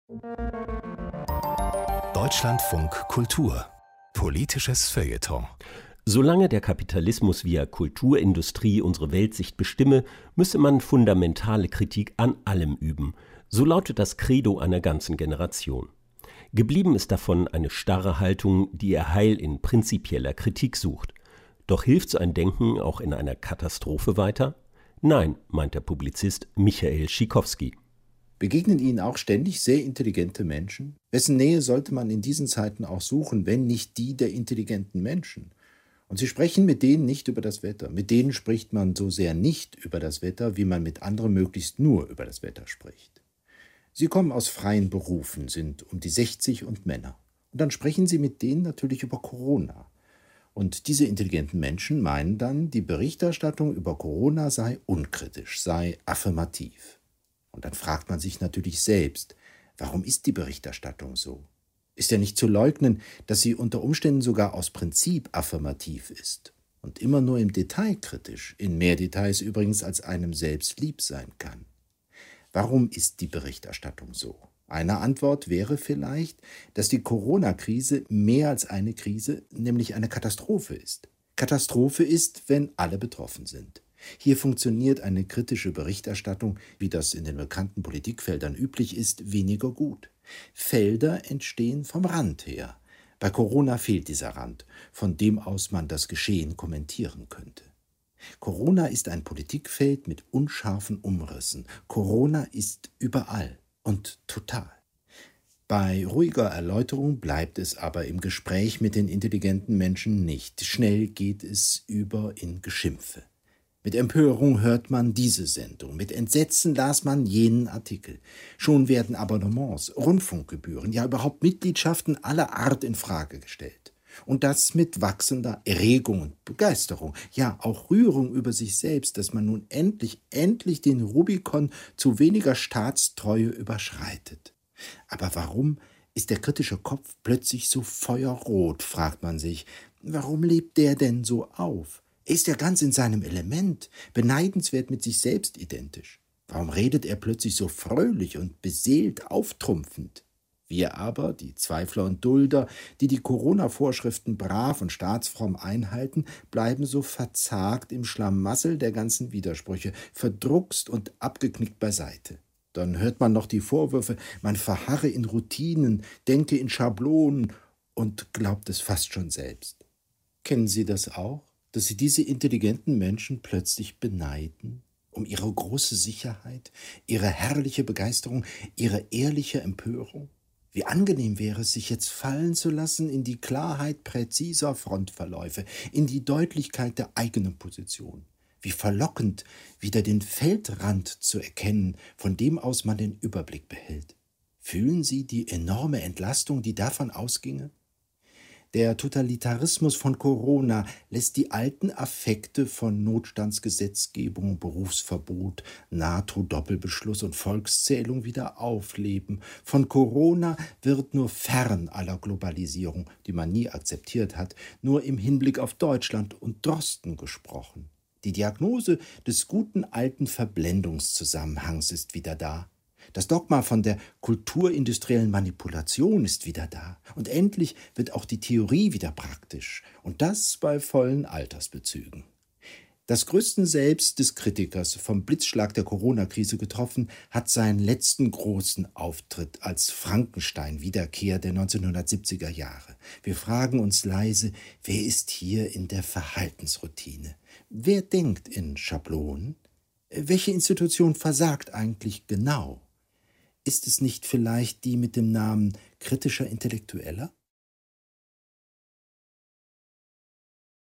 Deutschlandfunk Kultur. Politisches Feuilleton. Solange der Kapitalismus via Kulturindustrie unsere Weltsicht bestimme, müsse man fundamentale Kritik an allem üben. So lautet das Credo einer ganzen Generation. Geblieben ist davon eine starre Haltung, die ihr Heil in prinzipieller Kritik sucht. Doch hilft so ein Denken auch in einer Katastrophe weiter? Nein, meint der Publizist Michael Schikowski. Begegnen Ihnen auch ständig sehr intelligente Menschen? Wessen Nähe sollte man in diesen Zeiten auch suchen, wenn nicht die der intelligenten Menschen? Und Sie sprechen mit denen nicht über das Wetter. Mit denen spricht man so sehr nicht über das Wetter, wie man mit anderen möglichst nur über das Wetter spricht. Sie kommen aus freien Berufen, sind um die 60 und Männer. Und dann sprechen Sie mit denen natürlich über Corona. Und diese intelligenten Menschen meinen dann, die Berichterstattung über Corona sei unkritisch, sei affirmativ. Und dann fragt man sich natürlich selbst, warum ist die Berichterstattung so? Ist ja nicht zu leugnen, dass sie unter Umständen sogar aus Prinzip affirmativ ist und immer nur im Detail kritisch, in mehr Details übrigens als einem selbst lieb sein kann. Warum ist die Berichterstattung so? Eine Antwort wäre vielleicht, dass die Corona-Krise mehr als eine Krise, nämlich eine Katastrophe ist. Katastrophe ist, wenn alle betroffen sind. Hier funktioniert eine kritische Berichterstattung, wie das in den bekannten Politikfeldern üblich ist, weniger gut. Felder entstehen vom Rand her. Bei Corona fehlt dieser Rand, von dem aus man das Geschehen kommentieren könnte. Corona ist ein Politikfeld mit unscharfen Umrissen. Corona ist überall und total. Bei ruhiger Erläuterung bleibt es aber im Gespräch mit den intelligenten Menschen nicht. Schnell geht es über in Geschimpfe. Mit Empörung hört man diese Sendung, mit Entsetzen las man jenen Artikel. Schon werden Abonnements, Rundfunkgebühren, ja überhaupt Mitgliedschaften aller Art in Frage gestellt. Und das mit wachsender Erregung und Begeisterung, ja auch Rührung über sich selbst, dass man nun endlich den Rubikon zu weniger Staatstreue überschreitet. Aber warum ist der kritische Kopf plötzlich so feuerrot, fragt man sich. Warum lebt der denn so auf? Er ist ja ganz in seinem Element, beneidenswert mit sich selbst identisch. Warum redet er plötzlich so fröhlich und beseelt auftrumpfend? Wir aber, die Zweifler und Dulder, die Corona-Vorschriften brav und staatsfromm einhalten, bleiben so verzagt im Schlamassel der ganzen Widersprüche, verdruckst und abgeknickt beiseite. Dann hört man noch die Vorwürfe, man verharre in Routinen, denke in Schablonen und glaubt es fast schon selbst. Kennen Sie das auch? Dass Sie diese intelligenten Menschen plötzlich beneiden, um ihre große Sicherheit, ihre herrliche Begeisterung, ihre ehrliche Empörung? Wie angenehm wäre es, sich jetzt fallen zu lassen in die Klarheit präziser Frontverläufe, in die Deutlichkeit der eigenen Position. Wie verlockend, wieder den Feldrand zu erkennen, von dem aus man den Überblick behält. Fühlen Sie die enorme Entlastung, die davon ausginge? Der Totalitarismus von Corona lässt die alten Affekte von Notstandsgesetzgebung, Berufsverbot, NATO-Doppelbeschluss und Volkszählung wieder aufleben. Von Corona wird nur fern aller Globalisierung, die man nie akzeptiert hat, nur im Hinblick auf Deutschland und Drosten gesprochen. Die Diagnose des guten alten Verblendungszusammenhangs ist wieder da. Das Dogma von der kulturindustriellen Manipulation ist wieder da. Und endlich wird auch die Theorie wieder praktisch. Und das bei vollen Altersbezügen. Das größten Selbst des Kritikers, vom Blitzschlag der Corona-Krise getroffen, hat seinen letzten großen Auftritt als Frankenstein-Wiederkehr der 1970er Jahre. Wir fragen uns leise, wer ist hier in der Verhaltensroutine? Wer denkt in Schablonen? Welche Institution versagt eigentlich genau? Ist es nicht vielleicht die mit dem Namen kritischer Intellektueller?